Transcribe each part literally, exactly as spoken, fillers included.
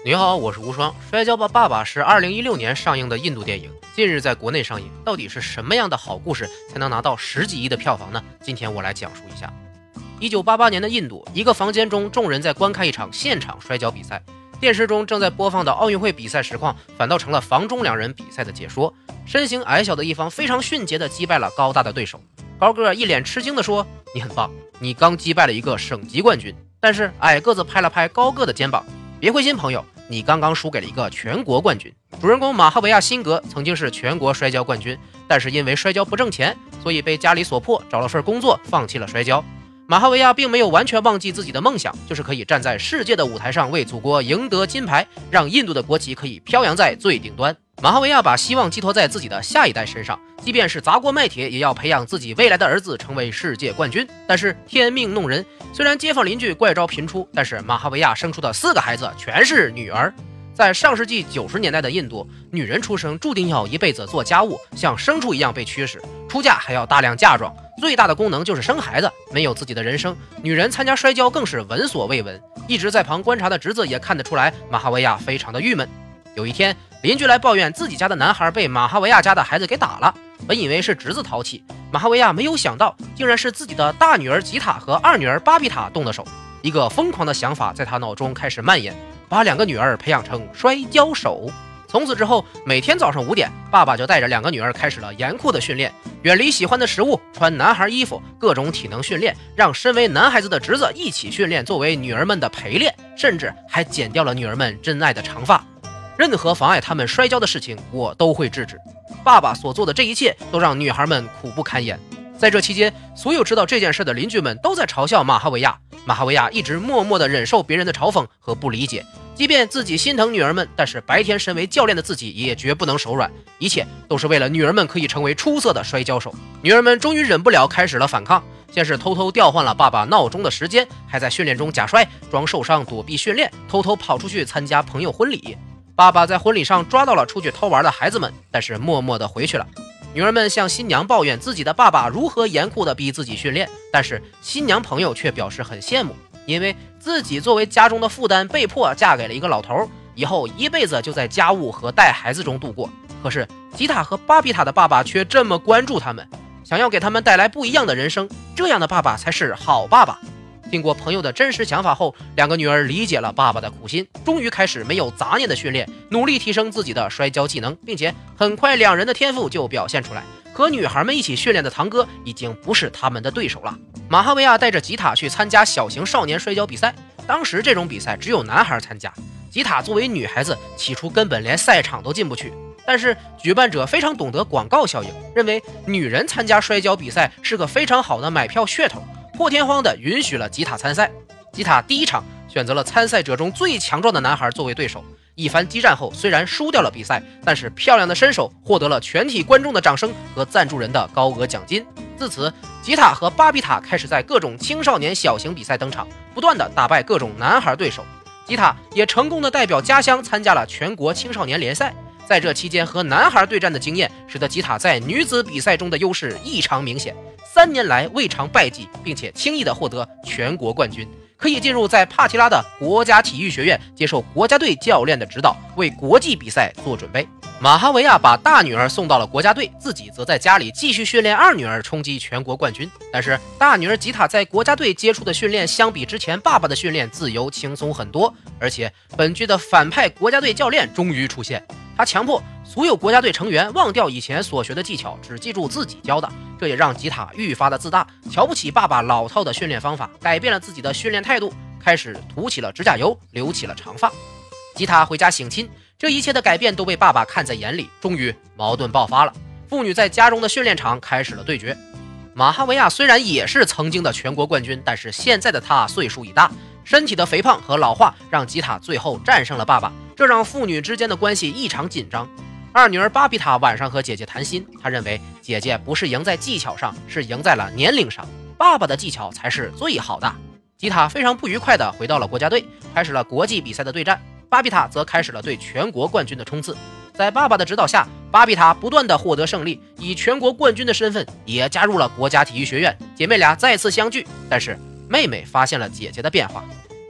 你好，我是无双。《摔跤吧，爸爸》是二零一六年上映的印度电影，近日在国内上映。到底是什么样的好故事才能拿到十几亿的票房呢？今天我来讲述一下。一九八八年的印度，一个房间中，众人在观看一场现场摔跤比赛。电视中正在播放的奥运会比赛实况，反倒成了房中两人比赛的解说。身形矮小的一方非常迅捷地击败了高大的对手。高个一脸吃惊地说：“你很棒，你刚击败了一个省级冠军。”但是矮个子拍了拍高个的肩膀：“别灰心，朋友。”你刚刚输给了一个全国冠军。主人公马哈维亚辛格曾经是全国摔跤冠军，但是因为摔跤不挣钱，所以被家里所迫找了份工作，放弃了摔跤。马哈维亚并没有完全忘记自己的梦想，就是可以站在世界的舞台上为祖国赢得金牌，让印度的国旗可以飘扬在最顶端。马哈维亚把希望寄托在自己的下一代身上，即便是砸锅卖铁，也要培养自己未来的儿子成为世界冠军。但是天命弄人，虽然街坊邻居怪招频出，但是马哈维亚生出的四个孩子全是女儿。在上世纪九十年代的印度，女人出生注定要一辈子做家务，像牲畜一样被驱使，出嫁还要大量嫁妆，最大的功能就是生孩子，没有自己的人生。女人参加摔跤更是闻所未闻。一直在旁观察的侄子也看得出来，马哈维亚非常的郁闷。有一天，邻居来抱怨自己家的男孩被马哈维亚家的孩子给打了，本以为是侄子淘气，马哈维亚没有想到竟然是自己的大女儿吉塔和二女儿巴比塔动的手。一个疯狂的想法在他脑中开始蔓延，把两个女儿培养成摔跤手。从此之后，每天早上五点，爸爸就带着两个女儿开始了严酷的训练，远离喜欢的食物，穿男孩衣服，各种体能训练，让身为男孩子的侄子一起训练，作为女儿们的陪练，甚至还剪掉了女儿们珍爱的长发。任何妨碍他们摔跤的事情，我都会制止。爸爸所做的这一切都让女孩们苦不堪言。在这期间，所有知道这件事的邻居们都在嘲笑马哈维亚。马哈维亚一直默默地忍受别人的嘲讽和不理解，即便自己心疼女儿们，但是白天身为教练的自己也绝不能手软，一切都是为了女儿们可以成为出色的摔跤手。女儿们终于忍不了，开始了反抗。先是偷偷调换了爸爸闹钟的时间，还在训练中假摔，装受伤躲避训练，偷偷跑出去参加朋友婚礼。爸爸在婚礼上抓到了出去偷玩的孩子们，但是默默地回去了。女儿们向新娘抱怨自己的爸爸如何严酷地逼自己训练，但是新娘朋友却表示很羡慕，因为自己作为家中的负担，被迫嫁给了一个老头，以后一辈子就在家务和带孩子中度过。可是吉塔和巴比塔的爸爸却这么关注他们，想要给他们带来不一样的人生，这样的爸爸才是好爸爸。经过朋友的真实想法后，两个女儿理解了爸爸的苦心，终于开始没有杂念的训练，努力提升自己的摔跤技能，并且很快两人的天赋就表现出来。和女孩们一起训练的堂哥已经不是他们的对手了。马哈维亚带着吉塔去参加小型少年摔跤比赛，当时这种比赛只有男孩参加，吉塔作为女孩子，起初根本连赛场都进不去。但是举办者非常懂得广告效应，认为女人参加摔跤比赛是个非常好的买票噱头，破天荒地允许了吉塔参赛。吉塔第一场选择了参赛者中最强壮的男孩作为对手，一番激战后，虽然输掉了比赛，但是漂亮的身手获得了全体观众的掌声和赞助人的高额奖金。自此，吉塔和巴比塔开始在各种青少年小型比赛登场，不断地打败各种男孩对手。吉塔也成功地代表家乡参加了全国青少年联赛。在这期间和男孩对战的经验，使得吉塔在女子比赛中的优势异常明显，三年来未尝败绩，并且轻易地获得全国冠军，可以进入在帕提拉的国家体育学院接受国家队教练的指导，为国际比赛做准备。马哈维亚把大女儿送到了国家队，自己则在家里继续训练二女儿，冲击全国冠军。但是大女儿吉塔在国家队接触的训练相比之前爸爸的训练自由轻松很多，而且本剧的反派国家队教练终于出现，他强迫所有国家队成员忘掉以前所学的技巧，只记住自己教的，这也让吉塔愈发的自大，瞧不起爸爸老套的训练方法，改变了自己的训练态度，开始涂起了指甲油，留起了长发。吉塔回家省亲，这一切的改变都被爸爸看在眼里，终于矛盾爆发了，父女在家中的训练场开始了对决。马哈维亚虽然也是曾经的全国冠军，但是现在的他岁数已大，身体的肥胖和老化让吉塔最后战胜了爸爸，这让父女之间的关系异常紧张。二女儿巴比塔晚上和姐姐谈心，她认为姐姐不是赢在技巧上，是赢在了年龄上，爸爸的技巧才是最好的。吉塔非常不愉快地回到了国家队，开始了国际比赛的对战。巴比塔则开始了对全国冠军的冲刺。在爸爸的指导下，巴比塔不断地获得胜利，以全国冠军的身份也加入了国家体育学院。姐妹俩再次相聚，但是妹妹发现了姐姐的变化。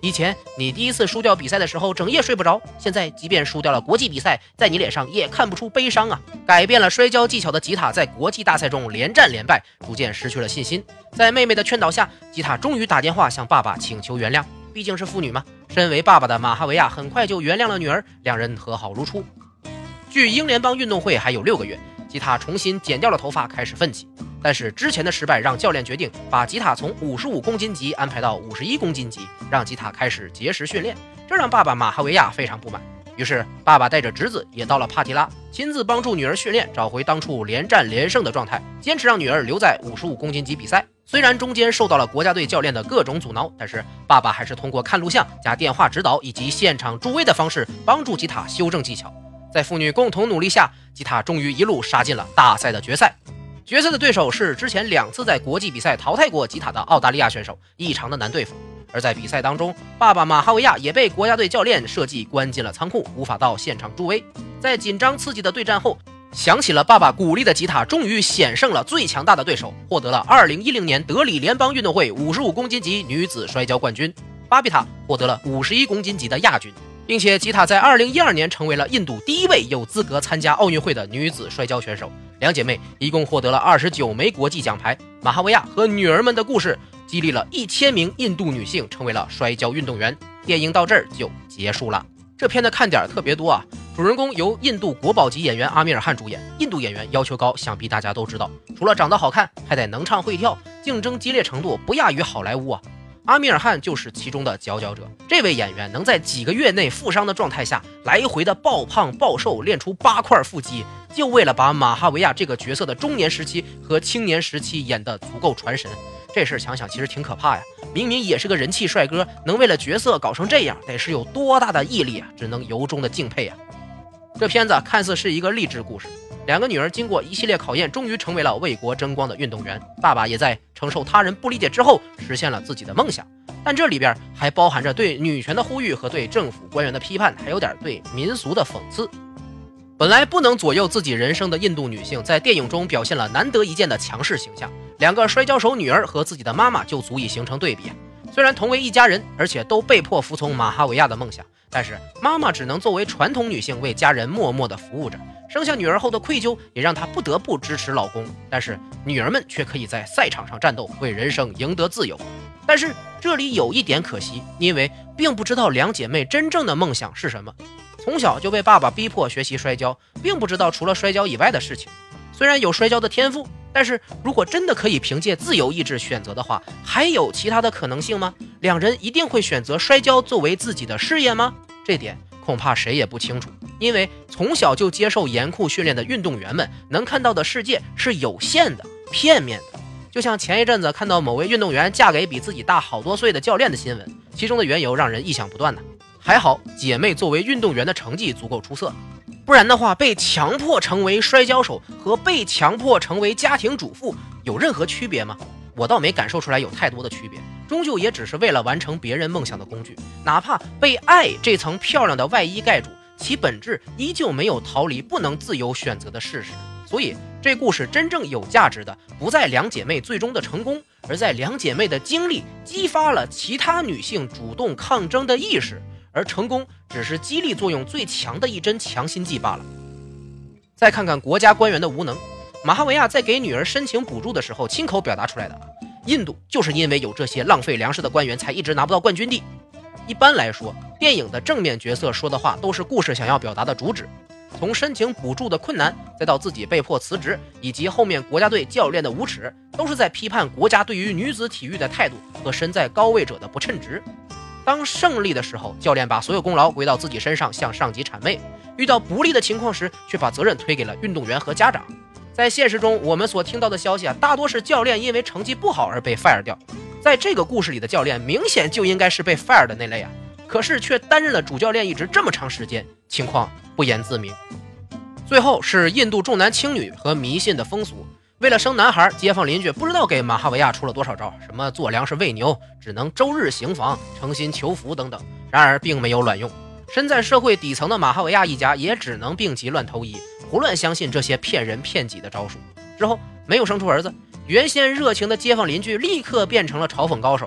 以前你第一次输掉比赛的时候整夜睡不着，现在即便输掉了国际比赛，在你脸上也看不出悲伤啊。改变了摔跤技巧的吉塔在国际大赛中连战连败，逐渐失去了信心。在妹妹的劝导下，吉塔终于打电话向爸爸请求原谅，毕竟是父女嘛。身为爸爸的马哈维亚很快就原谅了女儿，两人和好如初。距英联邦运动会还有六个月，吉塔重新剪掉了头发，开始奋起。但是之前的失败让教练决定把吉塔从五十五公斤级安排到五十一公斤级，让吉塔开始节食训练，这让爸爸马哈维亚非常不满。于是爸爸带着侄子也到了帕提拉，亲自帮助女儿训练，找回当初连战连胜的状态，坚持让女儿留在五十五公斤级比赛。虽然中间受到了国家队教练的各种阻挠，但是爸爸还是通过看录像加电话指导以及现场助威的方式帮助吉塔修正技巧。在父女共同努力下，吉塔终于一路杀进了大赛的决赛。决赛的对手是之前两次在国际比赛淘汰过吉塔的澳大利亚选手，异常的难对付。而在比赛当中，爸爸马哈维亚也被国家队教练设计关进了仓库，无法到现场助威。在紧张刺激的对战后，响起了爸爸鼓励的吉塔终于险胜了最强大的对手，获得了二零一零年德里联邦运动会五十五公斤级女子摔跤冠军。巴比塔获得了五十一公斤级的亚军，并且吉塔在二零一二年成为了印度第一位有资格参加奥运会的女子摔跤选手。两姐妹一共获得了二十九枚国际奖牌。马哈维亚和女儿们的故事激励了一千名印度女性成为了摔跤运动员。电影到这儿就结束了。这片的看点特别多啊，主人公由印度国宝级演员阿米尔汗主演。印度演员要求高，想必大家都知道，除了长得好看，还得能唱会跳，竞争激烈程度不亚于好莱坞啊。阿米尔汗就是其中的佼佼者。这位演员能在几个月内负伤的状态下来回的暴胖暴瘦，练出八块腹肌，就为了把马哈维亚这个角色的中年时期和青年时期演得足够传神。这事想想其实挺可怕呀，明明也是个人气帅哥，能为了角色搞成这样，得是有多大的毅力啊，只能由衷的敬佩啊。这片子看似是一个励志故事，两个女儿经过一系列考验，终于成为了为国争光的运动员。爸爸也在承受他人不理解之后，实现了自己的梦想。但这里边还包含着对女权的呼吁和对政府官员的批判，还有点对民俗的讽刺。本来不能左右自己人生的印度女性，在电影中表现了难得一见的强势形象。两个摔跤手女儿和自己的妈妈就足以形成对比。虽然同为一家人，而且都被迫服从马哈维亚的梦想，但是妈妈只能作为传统女性为家人默默地服务着。生下女儿后的愧疚也让她不得不支持老公，但是女儿们却可以在赛场上战斗，为人生赢得自由。但是这里有一点可惜，因为并不知道两姐妹真正的梦想是什么。从小就被爸爸逼迫学习摔跤，并不知道除了摔跤以外的事情。虽然有摔跤的天赋，但是如果真的可以凭借自由意志选择的话，还有其他的可能性吗？两人一定会选择摔跤作为自己的事业吗？这点恐怕谁也不清楚，因为从小就接受严酷训练的运动员们能看到的世界是有限的、片面的。就像前一阵子看到某位运动员嫁给比自己大好多岁的教练的新闻，其中的缘由让人意想不断呢。还好姐妹作为运动员的成绩足够出色，不然的话，被强迫成为摔跤手和被强迫成为家庭主妇有任何区别吗？我倒没感受出来有太多的区别，终究也只是为了完成别人梦想的工具。哪怕被爱这层漂亮的外衣盖住，其本质依旧没有逃离不能自由选择的事实。所以这故事真正有价值的不在两姐妹最终的成功，而在两姐妹的经历激发了其他女性主动抗争的意识，而成功只是激励作用最强的一针强心剂罢了。再看看国家官员的无能，马哈维亚在给女儿申请补助的时候亲口表达出来的，印度就是因为有这些浪费粮食的官员才一直拿不到冠军地。一般来说，电影的正面角色说的话都是故事想要表达的主旨，从申请补助的困难，再到自己被迫辞职，以及后面国家队教练的无耻，都是在批判国家对于女子体育的态度和身在高位者的不称职。当胜利的时候，教练把所有功劳归到自己身上，向上级谄媚；遇到不利的情况时，却把责任推给了运动员和家长。在现实中，我们所听到的消息啊，大多是教练因为成绩不好而被 fire 掉。在这个故事里的教练，明显就应该是被 fire 的那类啊，可是却担任了主教练一职这么长时间，情况不言自明。最后是印度重男轻女和迷信的风俗。为了生男孩，街坊邻居不知道给马哈维亚出了多少招，什么做粮食喂牛，只能周日行房，诚心求福等等。然而并没有卵用。身在社会底层的马哈维亚一家也只能病急乱投医，胡乱相信这些骗人骗己的招数。之后没有生出儿子，原先热情的街坊邻居立刻变成了嘲讽高手。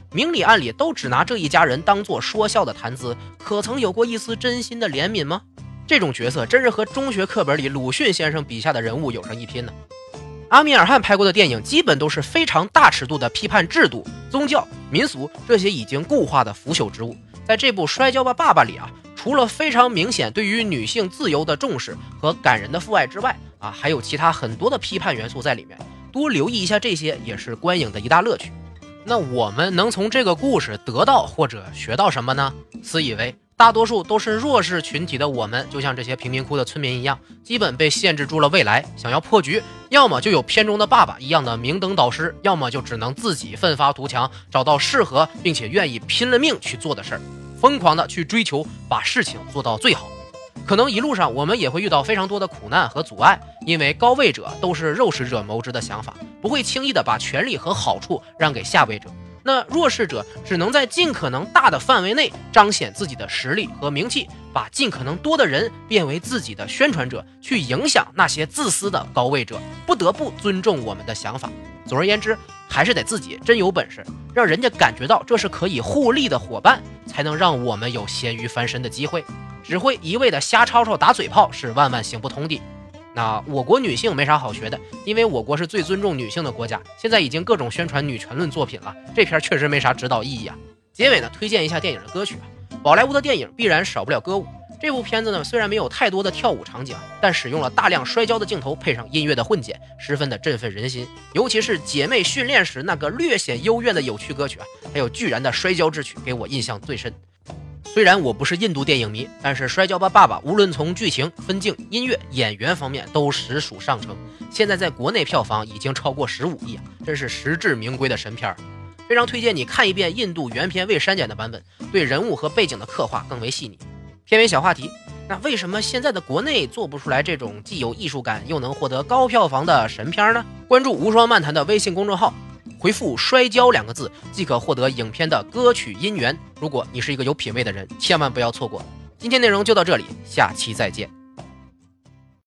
明里暗里都只拿这一家人当作说笑的谈资，可曾有过一丝真心的怜悯吗？这种角色真是和中学课本里鲁迅先生笔下的人物有上一拼呢。阿米尔汗拍过的电影基本都是非常大尺度的批判制度、宗教、民俗这些已经固化的腐朽之物。在这部《摔跤吧，爸爸》里啊，除了非常明显对于女性自由的重视和感人的父爱之外啊，还有其他很多的批判元素在里面。多留意一下这些也是观影的一大乐趣。那我们能从这个故事得到或者学到什么呢？此以为大多数都是弱势群体的我们，就像这些贫民窟的村民一样，基本被限制住了未来，想要破局，要么就有片中的爸爸一样的明灯导师，要么就只能自己奋发图强，找到适合并且愿意拼了命去做的事儿，疯狂的去追求把事情做到最好。可能一路上我们也会遇到非常多的苦难和阻碍，因为高位者都是肉食者谋之的想法，不会轻易的把权力和好处让给下位者。那弱势者只能在尽可能大的范围内彰显自己的实力和名气，把尽可能多的人变为自己的宣传者，去影响那些自私的高位者，不得不尊重我们的想法。总而言之，还是得自己真有本事，让人家感觉到这是可以互利的伙伴，才能让我们有咸鱼翻身的机会。只会一味的瞎吵吵打嘴炮是万万行不通的。那我国女性没啥好学的，因为我国是最尊重女性的国家，现在已经各种宣传女权论作品了，这片确实没啥指导意义啊。结尾呢，推荐一下电影的歌曲啊，宝莱坞的电影必然少不了歌舞。这部片子呢，虽然没有太多的跳舞场景，但使用了大量摔跤的镜头，配上音乐的混剪，十分的振奋人心。尤其是姐妹训练时那个略显幽怨的有趣歌曲啊，还有巨然的摔跤之曲，给我印象最深。虽然我不是印度电影迷，但是《摔跤吧，爸爸》无论从剧情、分镜、音乐、演员方面都实属上乘。现在在国内票房已经超过十五亿啊，真是实至名归的神片。非常推荐你看一遍印度原片未删减的版本，对人物和背景的刻画更为细腻。片尾小话题：那为什么现在的国内做不出来这种既有艺术感又能获得高票房的神片呢？关注无双漫谈的微信公众号，回复摔跤两个字即可获得影片的歌曲音源。如果你是一个有品位的人，千万不要错过。今天内容就到这里，下期再见。